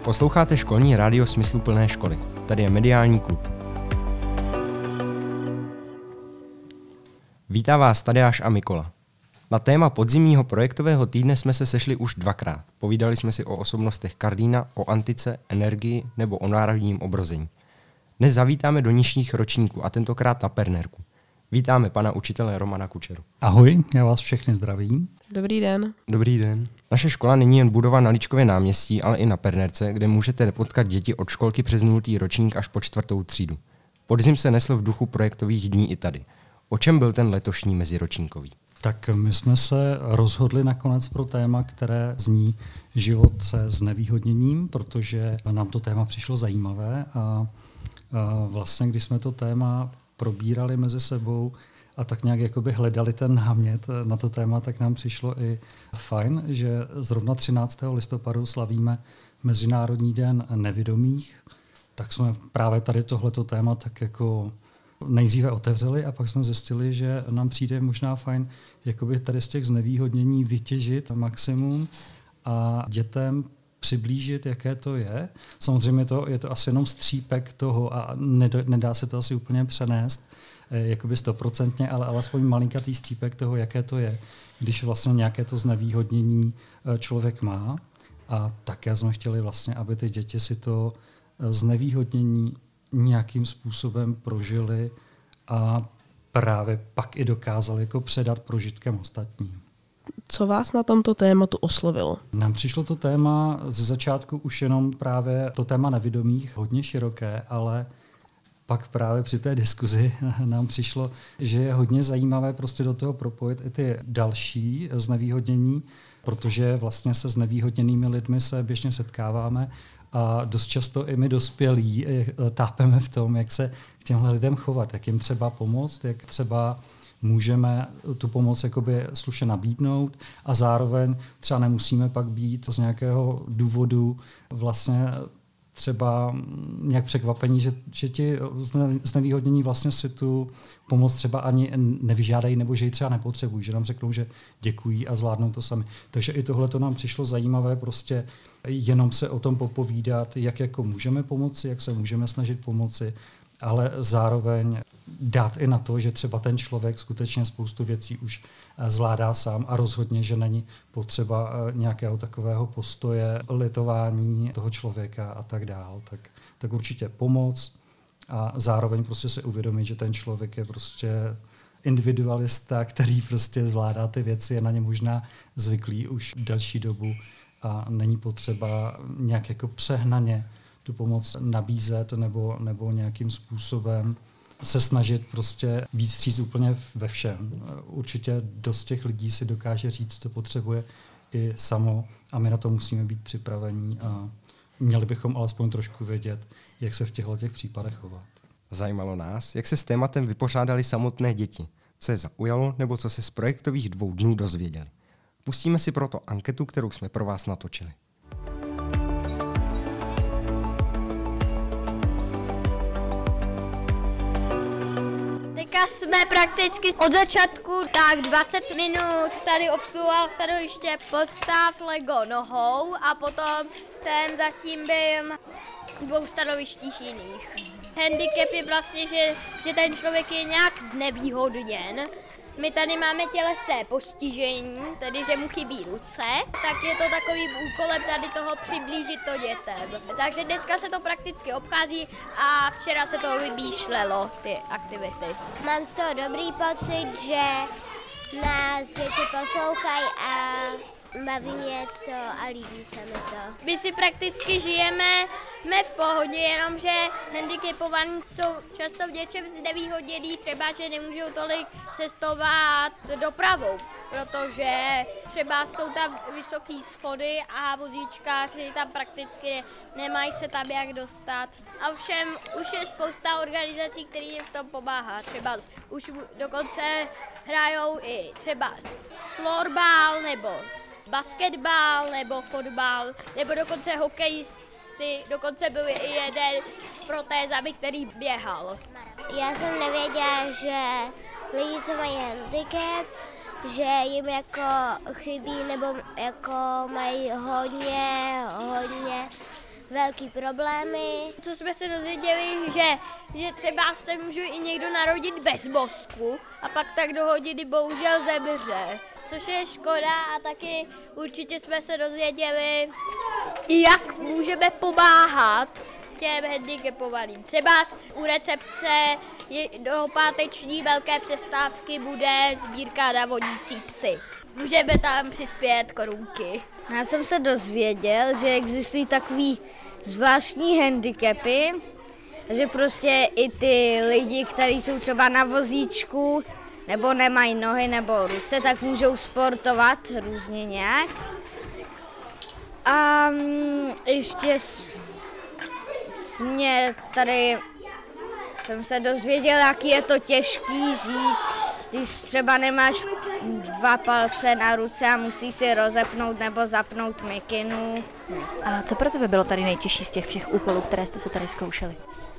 Posloucháte školní rádio Smysluplné školy. Tady je Mediální klub. Vítá vás Tadeáš a Mikola. Na téma podzimního projektového týdne jsme se sešli už 2krát. Povídali jsme si o osobnostech Karlína, o antice, energii nebo o národním obrození. Dnes zavítáme do nižších ročníků a tentokrát na Pernérku. Vítáme pana učitele Romana Kučeru. Ahoj, já vás všechny zdravím. Dobrý den. Dobrý den. Naše škola není jen budova na Líčkově náměstí, ale i na Pernérce, kde můžete potkat děti od školky přes 0. ročník až po 4. třídu. Podzim se nesl v duchu projektových dní i tady. O čem byl ten letošní meziročníkový? Tak my jsme se rozhodli nakonec pro téma, které zní život se znevýhodněním, protože nám to téma přišlo zajímavé a vlastně, když jsme to téma probírali mezi sebou a tak nějak jakoby hledali ten námět na to téma, tak nám přišlo i fajn, že zrovna 13. listopadu slavíme Mezinárodní den nevidomých, tak jsme právě tady tohleto téma tak jako nejdříve otevřeli a pak jsme zjistili, že nám přijde možná fajn jakoby tady z těch znevýhodnění vytěžit maximum a dětem přiblížit, jaké to je. Samozřejmě je to asi jenom střípek toho a nedá se to asi úplně přenést jakoby 100%, ale alespoň malinkatý střípek toho, jaké to je, když vlastně nějaké to znevýhodnění člověk má. A také jsme chtěli vlastně, aby ty děti si to znevýhodnění nějakým způsobem prožili a právě pak i dokázali jako předat prožitkem ostatním. Co vás na tomto tématu oslovilo? Nám přišlo to téma ze začátku už jenom právě to téma nevidomých, hodně široké, ale pak právě při té diskuzi nám přišlo, že je hodně zajímavé prostě do toho propojit i ty další znevýhodnění, protože vlastně se znevýhodněnými lidmi se běžně setkáváme a dost často i my dospělí tápeme v tom, jak se k těmhle lidem chovat, jak jim třeba pomoct, jak třeba můžeme tu pomoc jakoby slušně nabídnout a zároveň třeba nemusíme pak být z nějakého důvodu vlastně třeba nějak překvapení, že ti znevýhodnění vlastně si tu pomoc třeba ani nevyžádají nebo že ji třeba nepotřebují, že nám řeknou, že děkují a zvládnou to sami. Takže i tohle to nám přišlo zajímavé prostě jenom se o tom popovídat, jak jako můžeme pomoci, jak se můžeme snažit pomoci, ale zároveň dát i na to, že třeba ten člověk skutečně spoustu věcí už zvládá sám a rozhodně, že není potřeba nějakého takového postoje, litování toho člověka a tak dál. Tak určitě pomoc a zároveň prostě si uvědomit, že ten člověk je prostě individualista, který prostě zvládá ty věci, je na ně možná zvyklý už delší dobu a není potřeba nějak jako přehnaně tu pomoc nabízet nebo nějakým způsobem se snažit prostě víc vstříc úplně ve všem. Určitě dost těch lidí si dokáže říct, co potřebuje i samo a my na to musíme být připravení a měli bychom alespoň trošku vědět, jak se v těchto případech chovat. Zajímalo nás, jak se s tématem vypořádali samotné děti, co je zaujalo nebo co se z projektových 2 dnů dozvěděli. Pustíme si proto anketu, kterou jsme pro vás natočili. Jsme prakticky od začátku tak 20 minut tady obsluhoval stanoviště postav Lego nohou a potom jsem zatím byl v 2 stanovištích jiných. Handicap je vlastně, že ten člověk je nějak znevýhodněn. My tady máme tělesné postižení, tedy že mu chybí ruce, tak je to takovým úkolem tady toho přiblížit to dětem. Takže dneska se to prakticky obchází a včera se to vymýšlelo, ty aktivity. Mám z toho dobrý pocit, že nás děti poslouchají a baví mě to a líbí se mi to. My si prakticky žijeme v pohodě, jenomže handicapovaní jsou často v něčem znevýhodnění, třeba že nemůžou tolik cestovat dopravou, protože třeba jsou tam vysoké schody a vozíčkáři tam prakticky nemají se tam jak dostat. A ovšem už je spousta organizací, které jim v tom pomáhá. Třeba už dokonce hrajou i třeba florbal nebo basketbal nebo fotbal, nebo dokonce hokejisty, dokonce byl i jeden s protézami, který běhal. Já jsem nevěděla, že lidi, co mají handicap, že jim jako chybí nebo jako mají hodně velký problémy. Co jsme se dozvěděli, že třeba se může i někdo narodit bez mozku a pak tak do hodiny bohužel zemře. Což je škoda a taky určitě jsme se dozvěděli, jak můžeme pomáhat těm handicapovaným. Třeba u recepce do páteční velké přestávky bude sbírka na vonící psy. Můžeme tam přispět korunky. Já jsem se dozvěděl, že existují takový zvláštní handicapy, že prostě i ty lidi, kteří jsou třeba na vozíčku, nebo nemají nohy nebo ruce, tak můžou sportovat různě nějak. A ještě jsem se dozvěděl, jak je to těžký žít, když třeba nemáš 2 palce na ruce a musíš si rozepnout nebo zapnout mikinu. A co pro tebe bylo tady nejtěžší z těch všech úkolů, které jste se tady zkoušeli?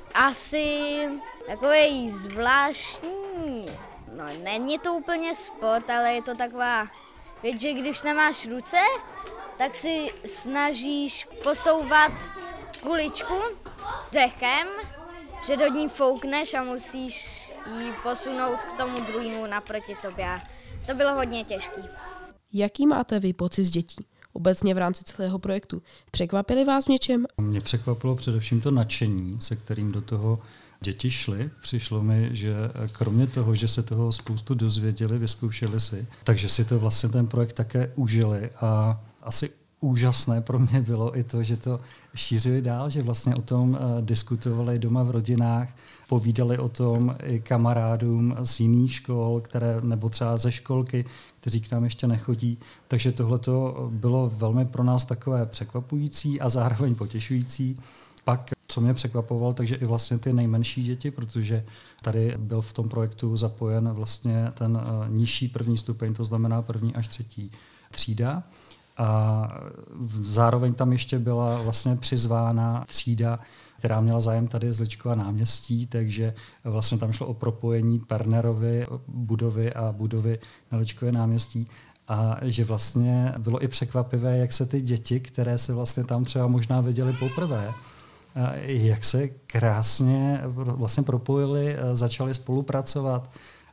Asi takový zvláštní, no není to úplně sport, ale je to taková věc, že když nemáš ruce, tak si snažíš posouvat kuličku dechem, že do ní foukneš a musíš ji posunout k tomu druhému naproti tobě. To bylo hodně těžké. Jaký máte vy pocit z dětí? Obecně v rámci celého projektu. Překvapili vás v něčem? Mě překvapilo především to nadšení, se kterým do toho děti šly. Přišlo mi, že kromě toho, že se toho spoustu dozvěděli, vyzkoušeli si, takže si to vlastně ten projekt také užili a asi úžasné pro mě bylo i to, že to šířili dál, že vlastně o tom diskutovali doma v rodinách, povídali o tom i kamarádům z jiných škol, nebo třeba ze školky, kteří k nám ještě nechodí. Takže tohleto bylo velmi pro nás takové překvapující a zároveň potěšující. Pak, co mě překvapovalo, takže i vlastně ty nejmenší děti, protože tady byl v tom projektu zapojen vlastně ten nižší první stupeň, to znamená 1. až 3. třída. A zároveň tam ještě byla vlastně přizvána třída, která měla zájem tady z Ličkova náměstí, takže vlastně tam šlo o propojení Pernerovy budovy a budovy na Ličkově náměstí. A že vlastně bylo i překvapivé, jak se ty děti, které se vlastně tam třeba možná viděly poprvé, jak se krásně vlastně propojili, začali spolupracovat.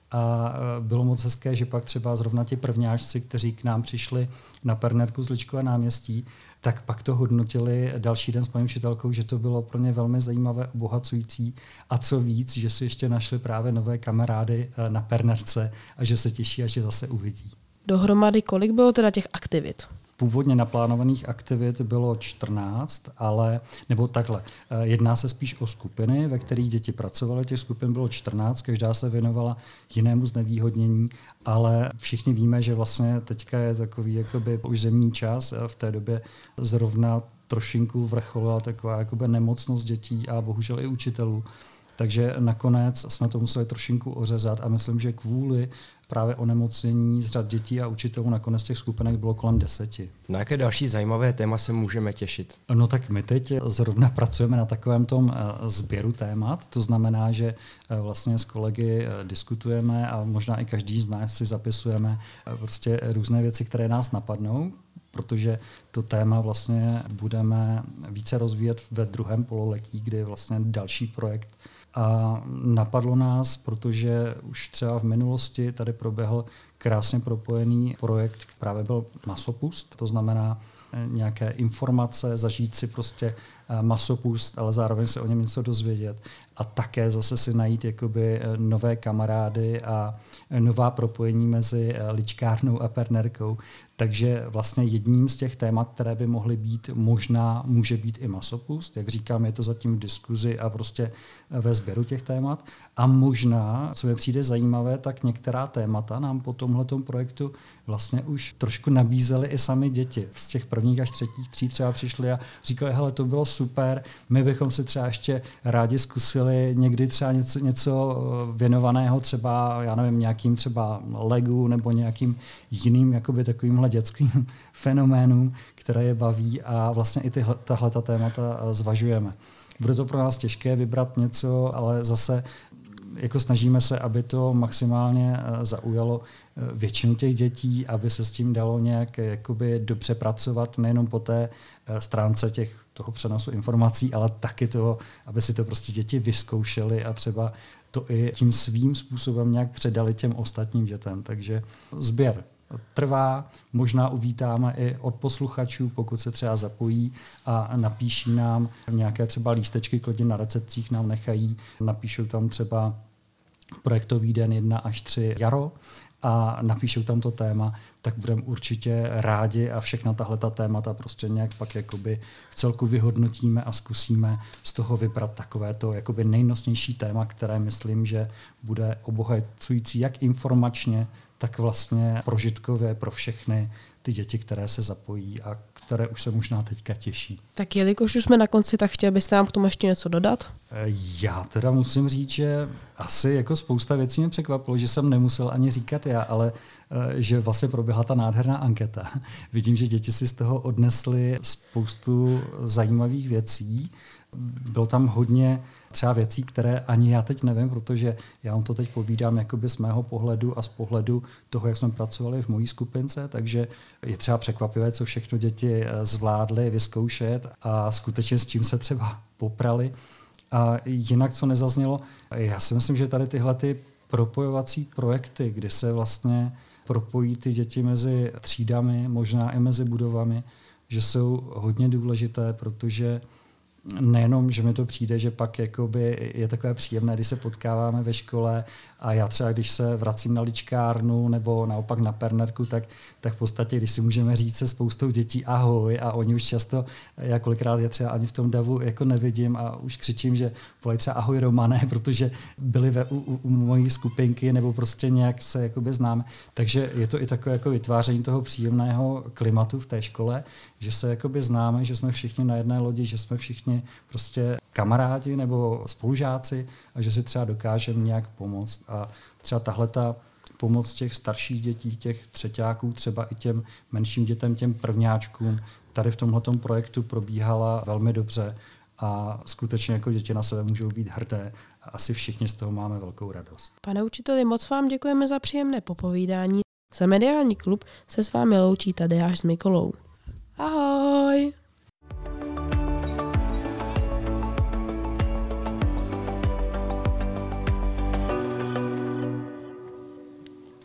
A bylo moc hezké, že pak třeba zrovna ti prvňáčci, kteří k nám přišli na Pernerku z Ličkova náměstí, tak pak to hodnotili další den s paní učitelkou, že to bylo pro ně velmi zajímavé, obohacující a co víc, že si ještě našli právě nové kamarády na Pernerce a že se těší, až je zase uvidí. Dohromady kolik bylo teda těch aktivit? Původně naplánovaných aktivit bylo 14, nebo takhle, jedná se spíš o skupiny, ve kterých děti pracovaly, těch skupin bylo 14, každá se věnovala jinému znevýhodnění, ale všichni víme, že vlastně teďka je takový jakoby už zimní čas, v té době zrovna trošinku vrcholila taková jakoby nemocnost dětí a bohužel i učitelů. Takže nakonec jsme to museli trošinku ořezat a myslím, že kvůli právě onemocnění z řad dětí a učitelů nakonec těch skupinek bylo kolem 10. Na jaké další zajímavé téma se můžeme těšit? No tak my teď zrovna pracujeme na takovém tom sběru témat, to znamená, že vlastně s kolegy diskutujeme a možná i každý z nás si zapisujeme prostě různé věci, které nás napadnou, protože to téma vlastně budeme více rozvíjet ve 2. pololetí, kdy je vlastně další projekt. A napadlo nás, protože už třeba v minulosti tady proběhl krásně propojený projekt, právě byl masopust, to znamená nějaké informace, zažít si prostě masopust, ale zároveň se o něm něco dozvědět a také zase si najít jakoby nové kamarády a nová propojení mezi Ličkárnou a Pernerkou. Takže vlastně jedním z těch témat, které by mohly být, může být i masopust. Jak říkám, je to zatím v diskuzi a prostě ve sběru těch témat. A možná, co mi přijde zajímavé, tak některá témata nám po tomhletom projektu vlastně už trošku nabízely i sami děti. Z těch 1. až 3. tříd třeba přišli a říkali, hele, to bylo super, my bychom si třeba ještě rádi zkusili někdy třeba něco věnovaného třeba, já nevím, nějakým třeba Legu nebo nějakým jiným jakoby takovýmhle dětským fenoménům, které je tabaví a vlastně i tahleta témata zvažujeme. Bude to pro nás těžké vybrat něco, ale zase jako snažíme se, aby to maximálně zaujalo většinu těch dětí, aby se s tím dalo nějak jakoby dobře pracovat, nejenom po té stránce toho přenosu informací, ale taky toho, aby si to prostě děti vyzkoušely a třeba to i tím svým způsobem nějak předali těm ostatním dětem. Takže sběr trvá, možná uvítáme i od posluchačů, pokud se třeba zapojí a napíší nám nějaké třeba lístečky, klidně na recepcích nám nechají, napíšou tam třeba projektový den 1 až 3 jaro a napíšou tam to téma, tak budeme určitě rádi a všechna tahleta témata prostě nějak pak jakoby v celku vyhodnotíme a zkusíme z toho vybrat takové to jakoby nejnosnější téma, které myslím, že bude obohacující jak informačně, tak vlastně prožitkově pro všechny ty děti, které se zapojí a které už se možná teďka těší. Tak jelikož už jsme na konci, tak chtěl byste nám k tomu ještě něco dodat? Já teda musím říct, že asi jako spousta věcí mě překvapilo, že jsem nemusel ani říkat já, ale že vlastně proběhla ta nádherná anketa. Vidím, že děti si z toho odnesly spoustu zajímavých věcí. Bylo tam hodně třeba věcí, které ani já teď nevím, protože já vám to teď povídám jakoby z mého pohledu a z pohledu toho, jak jsme pracovali v mojí skupince, takže je třeba překvapivé, co všechno děti zvládly vyzkoušet a skutečně s čím se třeba poprali. A jinak, co nezaznělo, já si myslím, že tady tyhle ty propojovací projekty, kdy se vlastně propojí ty děti mezi třídami, možná i mezi budovami, že jsou hodně důležité, protože nejenom, že mi to přijde, že pak jakoby je takové příjemné, když se potkáváme ve škole a já třeba, když se vracím na ličkárnu nebo naopak na pernerku, tak v podstatě, když si můžeme říct se spoustou dětí ahoj a oni už často, já kolikrát je třeba ani v tom davu jako nevidím a už křičím, že volají třeba ahoj Romane, protože byli u mojí skupinky nebo prostě nějak se jakoby známe. Takže je to i takové jako vytváření toho příjemného klimatu v té škole, že se jakoby známe, že jsme všichni na jedné lodi, že jsme všichni prostě kamarádi nebo spolužáci a že si třeba dokážeme nějak pomoct. A třeba tahleta pomoc těch starších dětí, těch třeťáků, třeba i těm menším dětem, těm prvňáčkům, tady v tomhletom projektu probíhala velmi dobře a skutečně jako děti na sebe můžou být hrdé a asi všichni z toho máme velkou radost. Pane učiteli, moc vám děkujeme za příjemné popovídání. Za Mediální klub se s vámi loučí Tadeáš s Mikolou. Ahoj!